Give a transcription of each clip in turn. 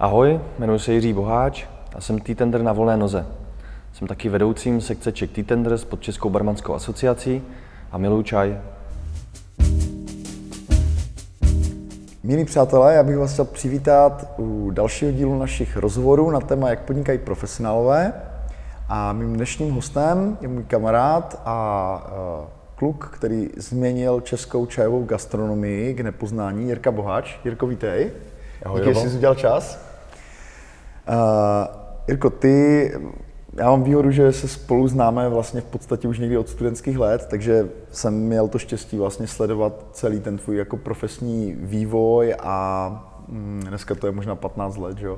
Ahoj, jmenuji se Jiří Boháč a jsem T-tender na volné noze. Jsem taky vedoucím sekce Czech T-tenders pod Českou barmanskou asociací a miluji čaj. Milí přátelé, já bych vás chtěl přivítat u dalšího dílu našich rozhovorů na téma, jak podnikají profesionálové. A mým dnešním hostem je můj kamarád a kluk, který změnil českou čajovou gastronomii k nepoznání, Jirka Boháč. Jirko, vítej. Ahoj, díky, že jsi udělal čas. Jirko, já mám výhodu, že se spolu známe vlastně v podstatě už někdy od studentských let, takže jsem měl to štěstí vlastně sledovat celý ten tvůj jako profesní vývoj a dneska to je možná 15 let, že jo.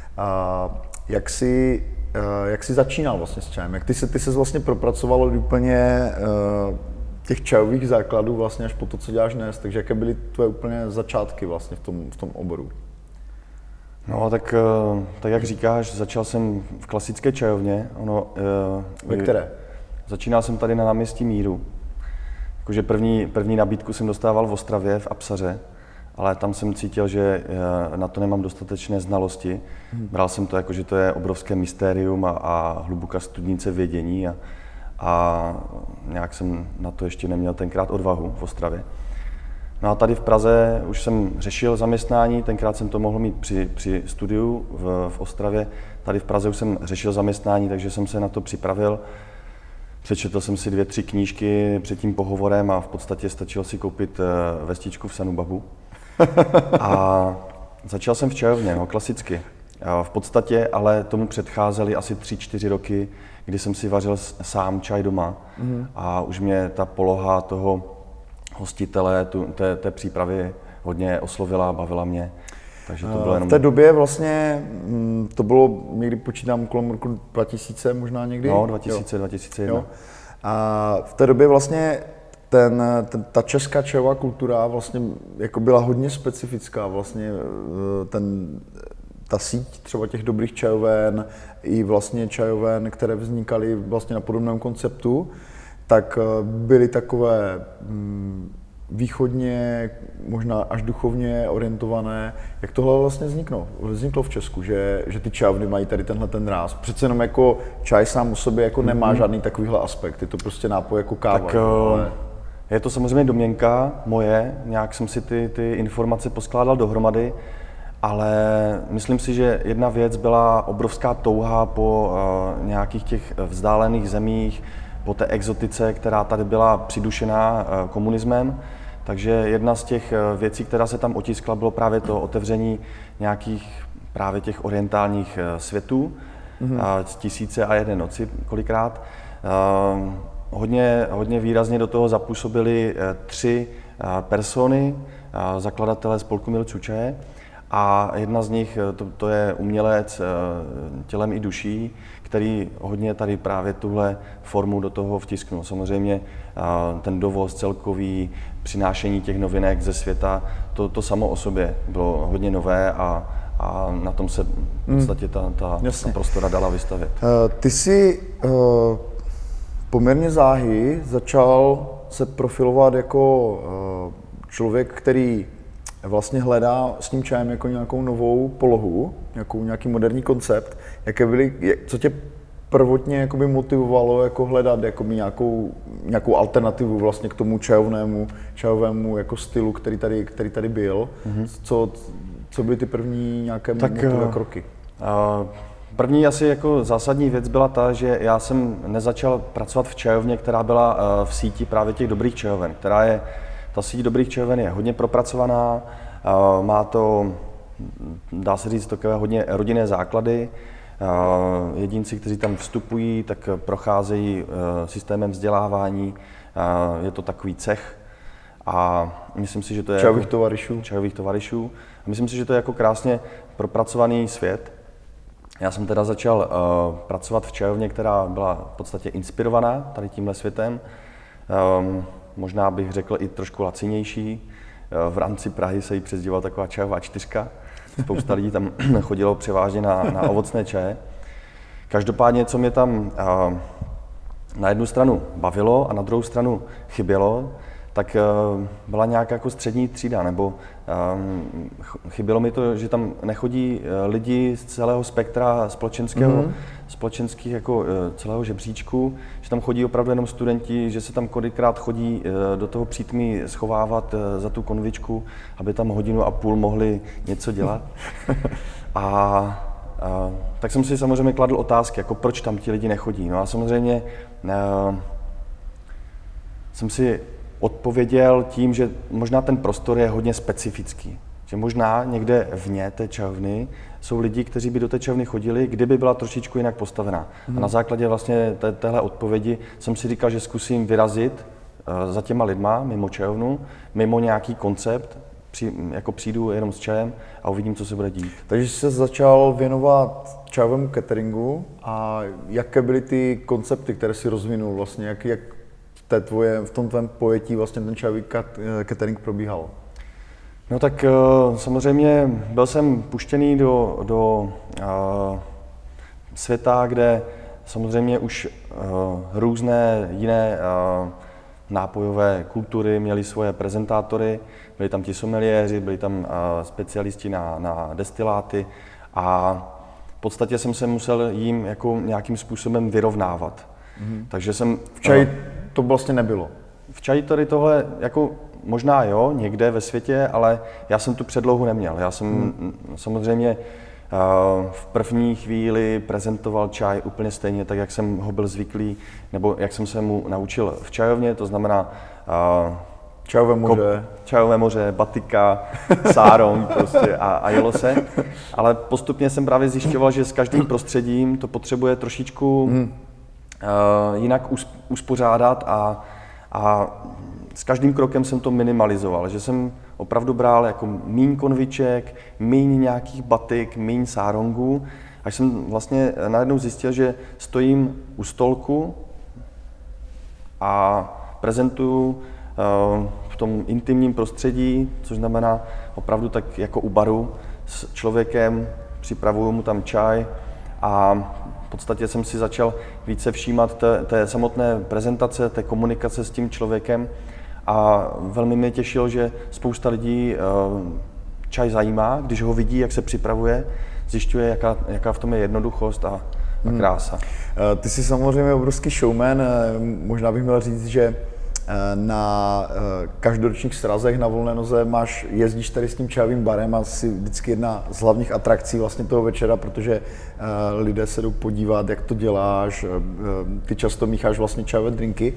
Jak jsi začínal vlastně s čajem? Jak ty se vlastně propracoval od úplně těch čajových základů vlastně až po to, co děláš dnes, takže jaké byly tvoje úplně začátky vlastně v tom oboru? No, tak jak říkáš, začal jsem v klasické čajovně. Ve které? Začínal jsem tady na náměstí Míru. Jakože první nabídku jsem dostával v Ostravě, v Apsaře, ale tam jsem cítil, že na to nemám dostatečné znalosti. Bral jsem to jako, že to je obrovské mystérium a hluboká studnice vědění a nějak jsem na to ještě neměl tenkrát odvahu v Ostravě. No a tady v Praze už jsem řešil zaměstnání, tenkrát jsem to mohl mít při studiu v Ostravě. Tady v Praze už jsem řešil zaměstnání, takže jsem se na to připravil. Přečetl jsem si 2-3 knížky před tím pohovorem a v podstatě stačilo si koupit vestičku v Sanubabu. A začal jsem v čajovně, no, klasicky. V podstatě ale tomu předcházely asi 3-4 roky, kdy jsem si vařil sám čaj doma. A už mě ta poloha toho hostitele, té přípravy hodně oslovila, bavila mě. Takže to bylo jenom... V té době vlastně, to bylo někdy, počítám, kolem roku 2000 možná někdy? No, 2001. Jo. A v té době vlastně ta česká čajová kultura vlastně jako byla hodně specifická. Vlastně ta síť třeba těch dobrých čajoven i vlastně čajoven, které vznikaly vlastně na podobném konceptu, tak byly takové východně, možná až duchovně orientované. Jak tohle vlastně vzniklo v Česku, že ty čajovny mají tady tenhle ten ráz? Přece jenom jako čaj sám o sobě jako nemá žádný takovýhle aspekt, je to prostě nápoj jako káva. Tak je to samozřejmě domněnka moje, nějak jsem si ty informace poskládal dohromady, ale myslím si, že jedna věc byla obrovská touha po nějakých těch vzdálených zemích, po té exotice, která tady byla přidušená komunismem. Takže jedna z těch věcí, která se tam otiskla, bylo právě to otevření nějakých právě těch orientálních světů, 1001 noci kolikrát. Hodně výrazně do toho zapůsobily 3 persony, zakladatelé spolku milců čaje. A jedna z nich, to je umělec tělem i duší, který hodně tady právě tuhle formu do toho vtisknul. Samozřejmě ten dovoz celkový, přinášení těch novinek ze světa, to samo o sobě bylo hodně nové a na tom se v podstatě ta prostora dala vystavět. Ty jsi poměrně záhy začal se profilovat jako člověk, který vlastně hledá s tím čajem jako nějakou novou polohu, nějaký moderní koncept. Co tě prvotně jakoby motivovalo jako hledat jakoby nějakou alternativu vlastně k tomu čajovému jako stylu, který tady byl? Co byly ty první nějaké motivové kroky? První asi jako zásadní věc byla ta, že já jsem nezačal pracovat v čajovně, která byla v síti právě těch dobrých čajoven, ta síť dobrých čajoven je hodně propracovaná, má to, dá se říct, takové hodně rodinné základy. Jedinci, kteří tam vstupují, tak procházejí systémem vzdělávání, je to takový cech a myslím si, že to je čajových tovaryšů. A myslím si, že to je jako krásně propracovaný svět. Já jsem teda začal pracovat v čajovně, která byla v podstatě inspirovaná tady tímhle světem. Možná bych řekl i trošku lacinější. V rámci Prahy se jí přezdívala taková čajová 4. Spousta lidí tam chodilo převážně na ovocné čaje. Každopádně, co mě tam na jednu stranu bavilo a na druhou stranu chybělo, tak byla nějaká jako střední třída, nebo chybělo mi to, že tam nechodí lidi z celého spektra společenských jako celého žebříčku, že tam chodí opravdu jenom studenti, že se tam kolikrát chodí do toho přítmí schovávat za tu konvičku, aby tam 1,5 hodiny mohli něco dělat. Tak jsem si samozřejmě kladl otázky, jako proč tam ti lidi nechodí. No a samozřejmě jsem si odpověděl tím, že možná ten prostor je hodně specifický. Že možná někde vně té čajovny jsou lidi, kteří by do té čajovny chodili, kdyby byla trošičku jinak postavená. A na základě vlastně téhle odpovědi jsem si říkal, že zkusím vyrazit za těma lidma mimo čajovnu, mimo nějaký koncept, jako přijdu jenom s čajem a uvidím, co se bude dít. Takže jsi se začal věnovat čajovému cateringu a jaké byly ty koncepty, které si rozvinul vlastně, jak v tom tvém pojetí vlastně ten čajový catering probíhal? No tak samozřejmě byl jsem puštěný do světa, kde samozřejmě už různé jiné nápojové kultury měli svoje prezentátory, byli tam ti sommeliéři, byli tam specialisti na destiláty a v podstatě jsem se musel jim jako nějakým způsobem vyrovnávat. Takže jsem... V čaji to vlastně nebylo? V čaji tady tohle jako možná jo, někde ve světě, ale já jsem tu předlohu neměl. Já jsem samozřejmě v první chvíli prezentoval čaj úplně stejně tak, jak jsem ho byl zvyklý, nebo jak jsem se mu naučil v čajovně, to znamená čajové moře, batika, sárong prostě a jelo se. Ale postupně jsem právě zjišťoval, že s každým prostředím to potřebuje trošičku jinak uspořádat a s každým krokem jsem to minimalizoval, že jsem opravdu bral jako míň konviček, míň nějakých batik, míň sárongů, až jsem vlastně najednou zjistil, že stojím u stolku a prezentuju v tom intimním prostředí, což znamená opravdu tak jako u baru s člověkem, připravuju mu tam čaj a v podstatě jsem si začal více všímat té samotné prezentace, té komunikace s tím člověkem a velmi mě těšilo, že spousta lidí čaj zajímá, když ho vidí, jak se připravuje, zjišťuje, jaká v tom je jednoduchost a krása. Ty jsi samozřejmě obrovský showman, možná bych měl říct, že na každoročních srazech na volné noze jezdíš tady s tím čajovým barem a jsi vždycky jedna z hlavních atrakcí vlastně toho večera, protože lidé se jdou podívat, jak to děláš, ty často mícháš vlastně čajové drinky.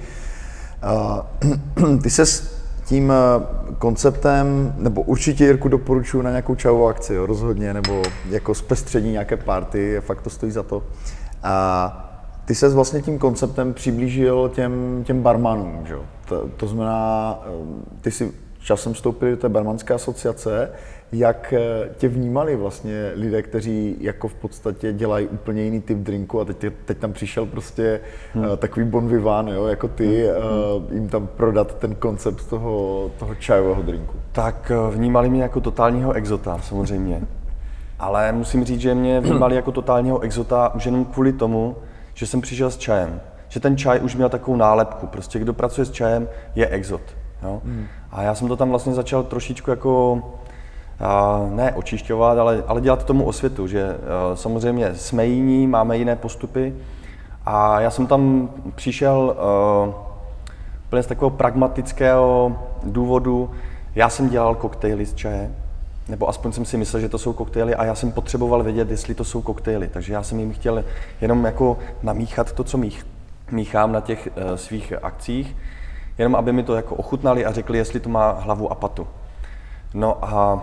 Ty se s tím konceptem, nebo určitě Jirku doporučuji na nějakou čajovou akci, jo, rozhodně, nebo jako zpestření nějaké party, fakt to stojí za to. Ty ses vlastně tím konceptem přiblížil těm barmanům, že? To znamená, ty si časem vstoupili do té barmanské asociace, jak tě vnímali vlastně lidé, kteří jako v podstatě dělají úplně jiný typ drinku a teď tam přišel prostě takový bon vivant, jo, jako ty, jim tam prodat ten koncept toho čajového drinku. Tak vnímali mě jako totálního exota samozřejmě, ale musím říct, že mě vnímali jako totálního exota už jenom kvůli tomu, že jsem přišel s čajem, že ten čaj už měl takovou nálepku, prostě kdo pracuje s čajem je exot. Jo? A já jsem to tam vlastně začal trošičku jako, ne očišťovat, ale dělat tomu osvětu, že samozřejmě jsme jiní, máme jiné postupy a já jsem tam přišel úplně z takového pragmatického důvodu, já jsem dělal koktejly z čaje, nebo aspoň jsem si myslel, že to jsou koktejly a já jsem potřeboval vědět, jestli to jsou koktejly, takže já jsem jim chtěl jenom jako namíchat to, co míchám na těch svých akcích, jenom aby mi to jako ochutnali a řekli, jestli to má hlavu a patu. No a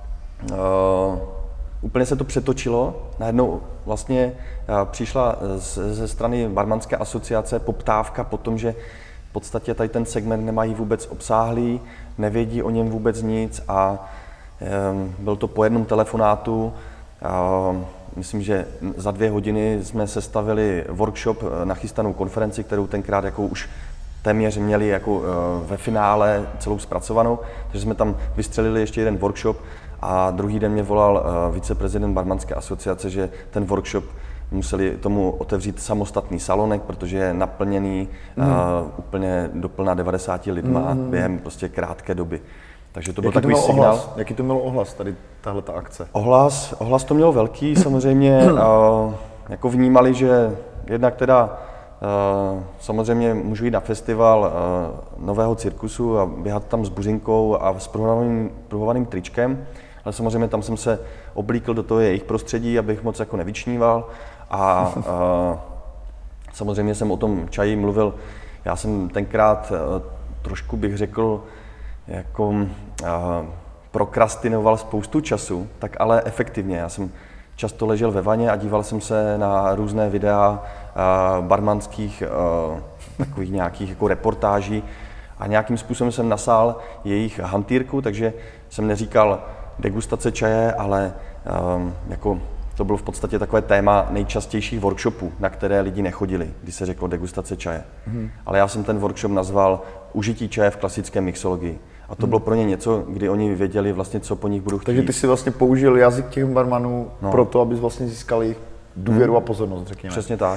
úplně se to přetočilo, najednou vlastně přišla ze strany barmanské asociace poptávka po tom, že v podstatě tady ten segment nemají vůbec obsáhlý, nevědí o něm vůbec nic a byl to po jednom telefonátu. Myslím, že za 2 hodiny jsme sestavili workshop, nachystanou konferenci, kterou tenkrát jako už téměř měli jako ve finále celou zpracovanou. Takže jsme tam vystřelili ještě jeden workshop a druhý den mě volal viceprezident barmanské asociace, že ten workshop museli tomu otevřít samostatný salonek, protože je naplněný úplně doplná 90 lidma během prostě krátké doby. Takže to byl takový signál. Jaký to mělo ohlas, tady tahleta akce? Ohlas to mělo velký, samozřejmě jako vnímali, že jednak teda samozřejmě můžu jít na festival nového cirkusu a běhat tam s buřinkou a s pruhovaným tričkem, ale samozřejmě tam jsem se oblíkl do toho jejich prostředí, abych moc jako nevyčníval a samozřejmě jsem o tom čaji mluvil. Já jsem tenkrát trošku bych řekl, jako prokrastinoval spoustu času, tak ale efektivně. Já jsem často ležel ve vaně a díval jsem se na různé videa barmanských takových nějakých jako reportáží a nějakým způsobem jsem nasál jejich hantýrku, takže jsem neříkal degustace čaje, ale jako to bylo v podstatě takové téma nejčastějších workshopů, na které lidi nechodili, když se řeklo degustace čaje. Ale já jsem ten workshop nazval Užití čaje v klasické mixologii. A to bylo pro ně něco, kdy oni věděli vlastně, co po nich budu chtít. Takže ty si vlastně použil jazyk těch barmanů pro to, abys vlastně získal jejich důvěru a pozornost, řekněme. Přesně tak.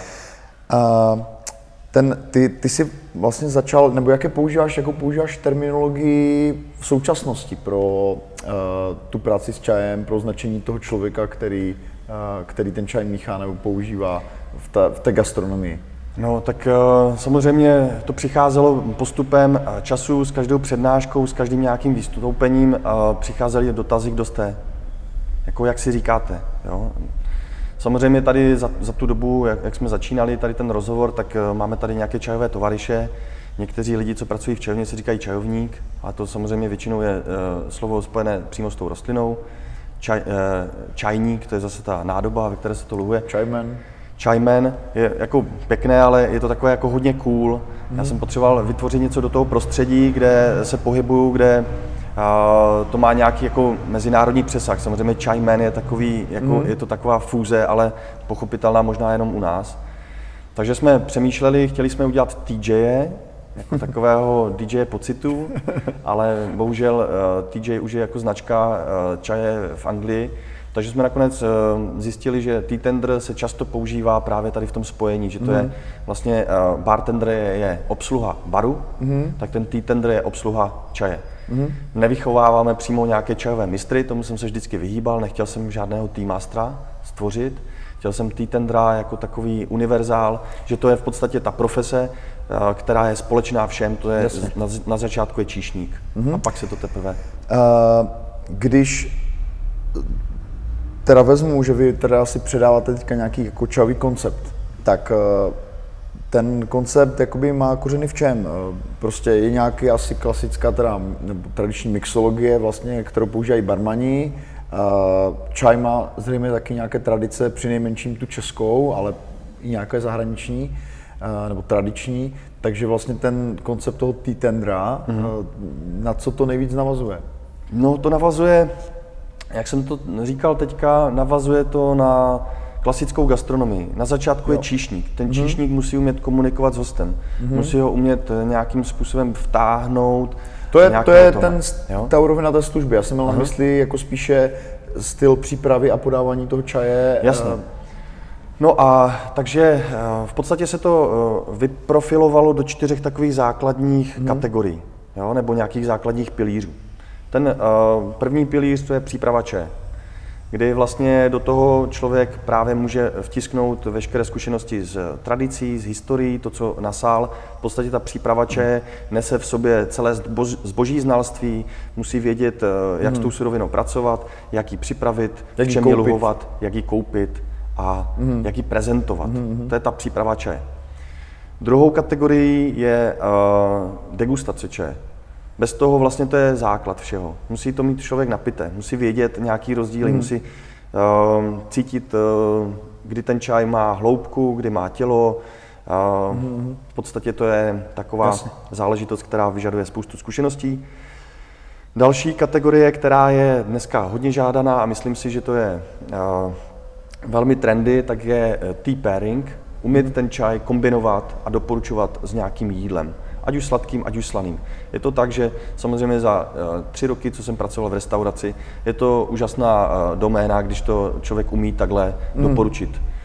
Ty jsi vlastně začal, nebo jakou používáš terminologii v současnosti pro tu práci s čajem, pro označení toho člověka, který ten čaj míchá nebo používá v té gastronomii? No, tak samozřejmě to přicházelo postupem času, s každou přednáškou, s každým nějakým vystoupením přicházely dotazy, kdo jste, jako jak si říkáte, jo. Samozřejmě tady za tu dobu, jak jsme začínali tady ten rozhovor, tak máme tady nějaké čajové tovaryše. Někteří lidi, co pracují v čajovně, si říkají čajovník, a to samozřejmě většinou je slovo spojené přímo s tou rostlinou. Čajník, to je zase ta nádoba, ve které se to luhuje. Čajmen je jako pěkné, ale je to takové jako hodně cool. Já jsem potřeboval vytvořit něco do toho prostředí, kde se pohybuju, kde to má nějaký jako mezinárodní přesah. Samozřejmě čajmen je takový, jako je to taková fúze, ale pochopitelná možná jenom u nás. Takže jsme přemýšleli, chtěli jsme udělat TJ, jako takového DJ pocitu, ale bohužel TJ už je jako značka čaje v Anglii. Takže jsme nakonec zjistili, že T-tender se často používá právě tady v tom spojení, že to je vlastně bartender je obsluha baru, tak ten T-tender je obsluha čaje. Nevychováváme přímo nějaké čajové mistry, tomu jsem se vždycky vyhýbal, nechtěl jsem žádného T-mastera stvořit. Chtěl jsem T-tendera jako takový univerzál, že to je v podstatě ta profese, která je společná všem, to je na začátku je číšník a pak se to teprve... Když teda vezmu, že vy teda si předáváte teďka nějaký jako čajový koncept, tak ten koncept jakoby má kořeny v čem? Prostě je nějaký asi klasická teda, nebo tradiční mixologie vlastně, kterou používají barmani. Čaj má zřejmě taky nějaké tradice, přinejmenším tu českou, ale i nějaké zahraniční nebo tradiční. Takže vlastně ten koncept toho T-tendera, na co to nejvíc navazuje? No to navazuje, jak jsem to říkal teďka, navazuje to na klasickou gastronomii. Na začátku je číšník. Ten číšník musí umět komunikovat s hostem. Musí ho umět nějakým způsobem vtáhnout. To je ta úroveň na té službě. Já jsem měl na mysli jako spíše styl přípravy a podávání toho čaje. Jasně. No a takže v podstatě se to vyprofilovalo do 4 takových základních kategorií, jo, nebo nějakých základních pilířů. Ten první pilíř to je příprava čaje, kdy vlastně do toho člověk právě může vtisknout veškeré zkušenosti z tradicí, z historií, to, co nasál. V podstatě ta příprava čaje nese v sobě celé zboží znalství, musí vědět, jak s tou surovinou pracovat, jak ji připravit, v čem ji luhovat, jak ji koupit a jak ji prezentovat. To je ta příprava čaje. Druhou kategorií je degustace čaje. Bez toho vlastně to je základ všeho. Musí to mít člověk napité, musí vědět nějaký rozdíly, musí cítit, kdy ten čaj má hloubku, kdy má tělo. V podstatě to je taková záležitost, která vyžaduje spoustu zkušeností. Další kategorie, která je dneska hodně žádaná a myslím si, že to je velmi trendy, tak je tea pairing. Umět ten čaj kombinovat a doporučovat s nějakým jídlem. Ať už sladkým, ať už slaným. Je to tak, že samozřejmě za 3 roky, co jsem pracoval v restauraci, je to úžasná doména, když to člověk umí takhle doporučit.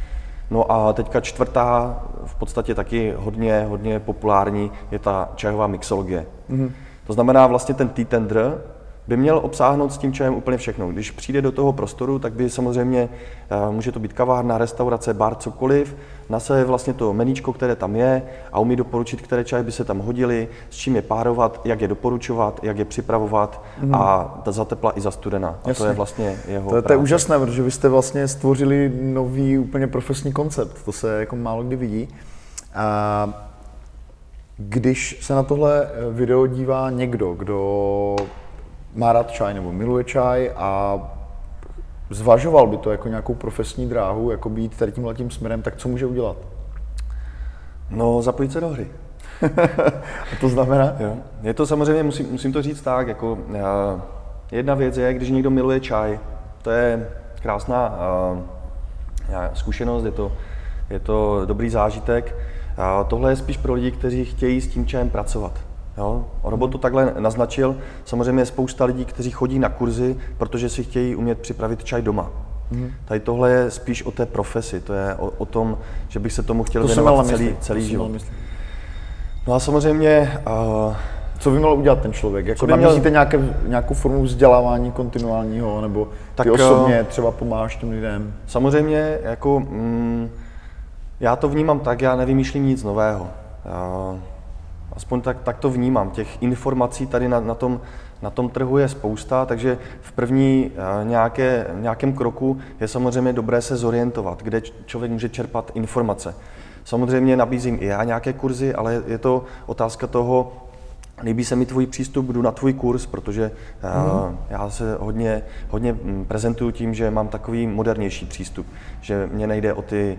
No a teďka čtvrtá, v podstatě taky hodně populární, je ta čajová mixologie. To znamená vlastně ten tea tender by měl obsáhnout s tím čajem úplně všechno. Když přijde do toho prostoru, tak by samozřejmě, může to být kavárna, restaurace, bar, cokoliv, nasaje vlastně to meníčko, které tam je a umí doporučit, které čaje by se tam hodily, s čím je párovat, jak je doporučovat, jak je připravovat a za tepla i za studena. A to je vlastně jeho To je úžasné, protože vy jste vlastně stvořili nový úplně profesní koncept, to se jako málo kdy vidí. A když se na tohle video dívá někdo, kdo má rád čaj nebo miluje čaj a zvažoval by to jako nějakou profesní dráhu, jako být tady tímhletím směrem, tak co může udělat? No, zapojit se do hry. A to znamená? Jo. Je to samozřejmě, musím to říct tak, jako jedna věc je, když někdo miluje čaj, to je krásná zkušenost, je to dobrý zážitek. Tohle je spíš pro lidi, kteří chtějí s tím čajem pracovat. Jo? Robot to takhle naznačil. Samozřejmě je spousta lidí, kteří chodí na kurzy, protože si chtějí umět připravit čaj doma. Tady tohle je spíš o té profesi, to je o tom, že bych se tomu chtěl věnovat celý život. No a samozřejmě... Co by měl udělat ten člověk? Jako nabízíte nějakou formu vzdělávání kontinuálního, nebo ty osobně třeba pomáháš těm lidem? Samozřejmě, jako, já to vnímám tak, já nevymýšlím nic nového. Aspoň tak to vnímám. Těch informací tady na tom trhu je spousta, takže v první nějakém kroku je samozřejmě dobré se zorientovat, kde člověk může čerpat informace. Samozřejmě nabízím i já nějaké kurzy, ale je to otázka toho, líbí se mi tvůj přístup, jdu na tvůj kurz, protože já se hodně prezentuju tím, že mám takový modernější přístup, že mě nejde o ty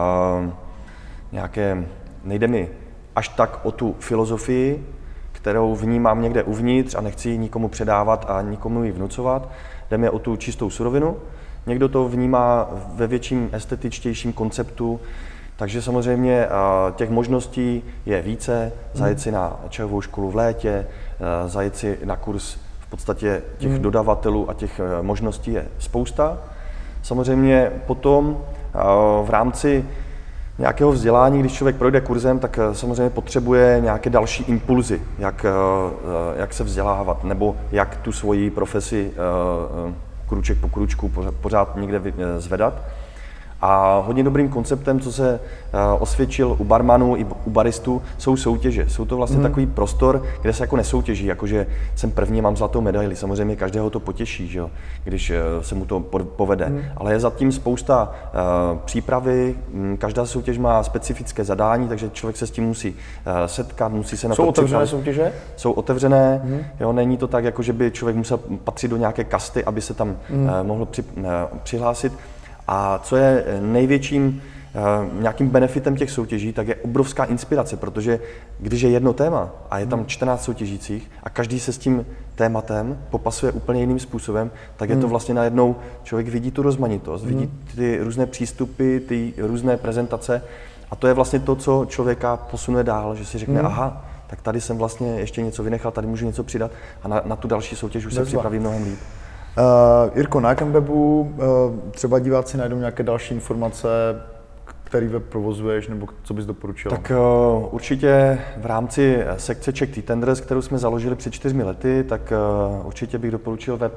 nejde mi až tak o tu filozofii, kterou vnímám někde uvnitř a nechci ji nikomu předávat a nikomu ji vnucovat. Jde mi o tu čistou surovinu. Někdo to vnímá ve větším estetičtějším konceptu, takže samozřejmě těch možností je více. Zajet si na čajovou školu v létě, zajet si na kurz v podstatě těch dodavatelů a těch možností je spousta. Samozřejmě potom v rámci nějakého vzdělání, když člověk projde kurzem, tak samozřejmě potřebuje nějaké další impulzy, jak se vzdělávat, nebo jak tu svoji profesi krůček po krůčku pořád někde zvedat. A hodně dobrým konceptem, co se osvědčil u barmanů i u baristů, jsou soutěže. Jsou to vlastně takový prostor, kde se jako nesoutěží, jakože jsem první, mám zlatou medaili. Samozřejmě každého to potěší, že jo, když se mu to povede. Ale je zatím spousta přípravy, každá soutěž má specifické zadání, takže člověk se s tím musí setkat, musí se na to připravit. Jsou otevřené soutěže? Jsou otevřené, jo, není to tak, jako že by člověk musel patřit do nějaké kasty, aby se tam mohl přihlásit. A co je největším nějakým benefitem těch soutěží, tak je obrovská inspirace, protože když je jedno téma a je tam 14 soutěžících a každý se s tím tématem popasuje úplně jiným způsobem, tak je to vlastně najednou, člověk vidí tu rozmanitost, vidí ty různé přístupy, ty různé prezentace a to je vlastně to, co člověka posune dál, že si řekne, aha, tak tady jsem vlastně ještě něco vynechal, tady můžu něco přidat a na tu další soutěž už se připraví mnohem líp. Jirko, na jakém webu třeba diváci najdou nějaké další informace, který web provozuješ, nebo co bys doporučil? Tak určitě v rámci sekce Czech Tea Tenders, kterou jsme založili před 4 lety, tak určitě bych doporučil web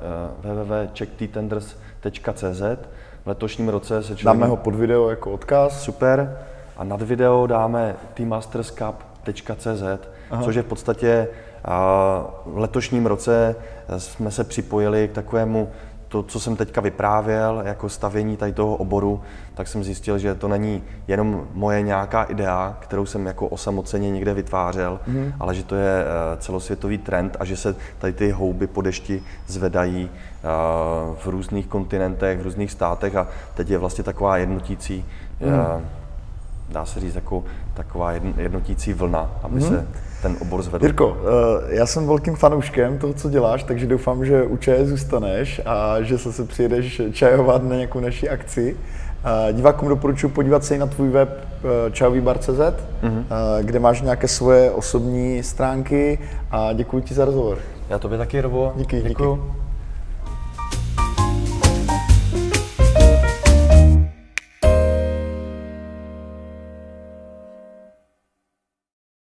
www.czechtetenders.cz. V letošním roce se dáme ho pod video jako odkaz. Super. A nad video dáme teamasterscup.cz, což je v podstatě v letošním roce jsme se připojili k takovému, to, co jsem teďka vyprávěl, jako stavění tady toho oboru, tak jsem zjistil, že to není jenom moje nějaká idea, kterou jsem jako osamoceně někde vytvářel, ale že to je celosvětový trend a že se tady ty houby po dešti zvedají v různých kontinentech, v různých státech a teď je vlastně taková jednotící, dá se říct, jako taková jednotící vlna, aby se ten obor zvedl. Jirko, já jsem velkým fanouškem toho, co děláš, takže doufám, že u čaje zůstaneš a že se přijedeš čajovat na nějakou naší akci. Divákům doporučuji podívat se i na tvůj web čajovýbar.cz, kde máš nějaké svoje osobní stránky a děkuji ti za rozhovor. Já tobě taky, Robo. Díky. Děkuju.